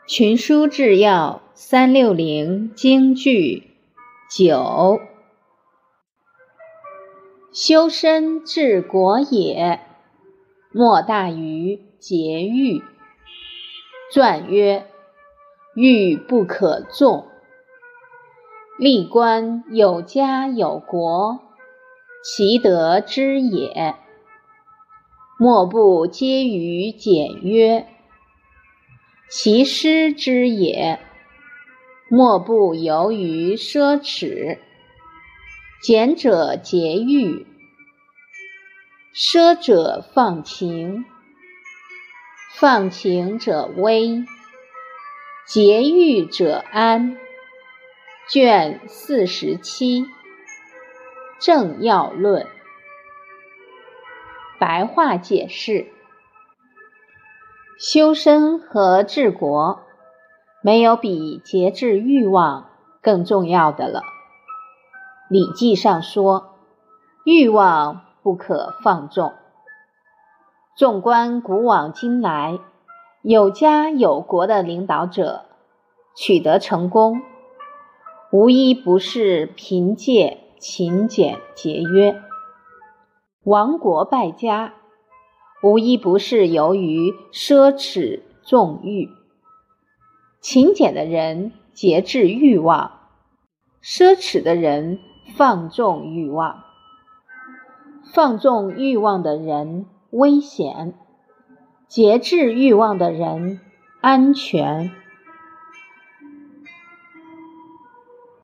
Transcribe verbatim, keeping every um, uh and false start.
群书治要三六零京剧九，修身治国也，莫大于节欲。传曰：欲不可纵。历官有家有国，其德之也。莫不皆于简约，其失之也。莫不由于奢侈。俭者节欲，奢者放情，放情者危，节欲者安。卷四十七，正要论。白话解释：修身和治国，没有比节制欲望更重要的了。礼记上说，欲望不可放纵。纵观古往今来，有家有国的领导者取得成功，无一不是凭借勤俭节约；亡国败家，无一不是由于奢侈纵欲。勤俭的人节制欲望，奢侈的人放纵欲望。放纵欲望的人危险，节制欲望的人安全。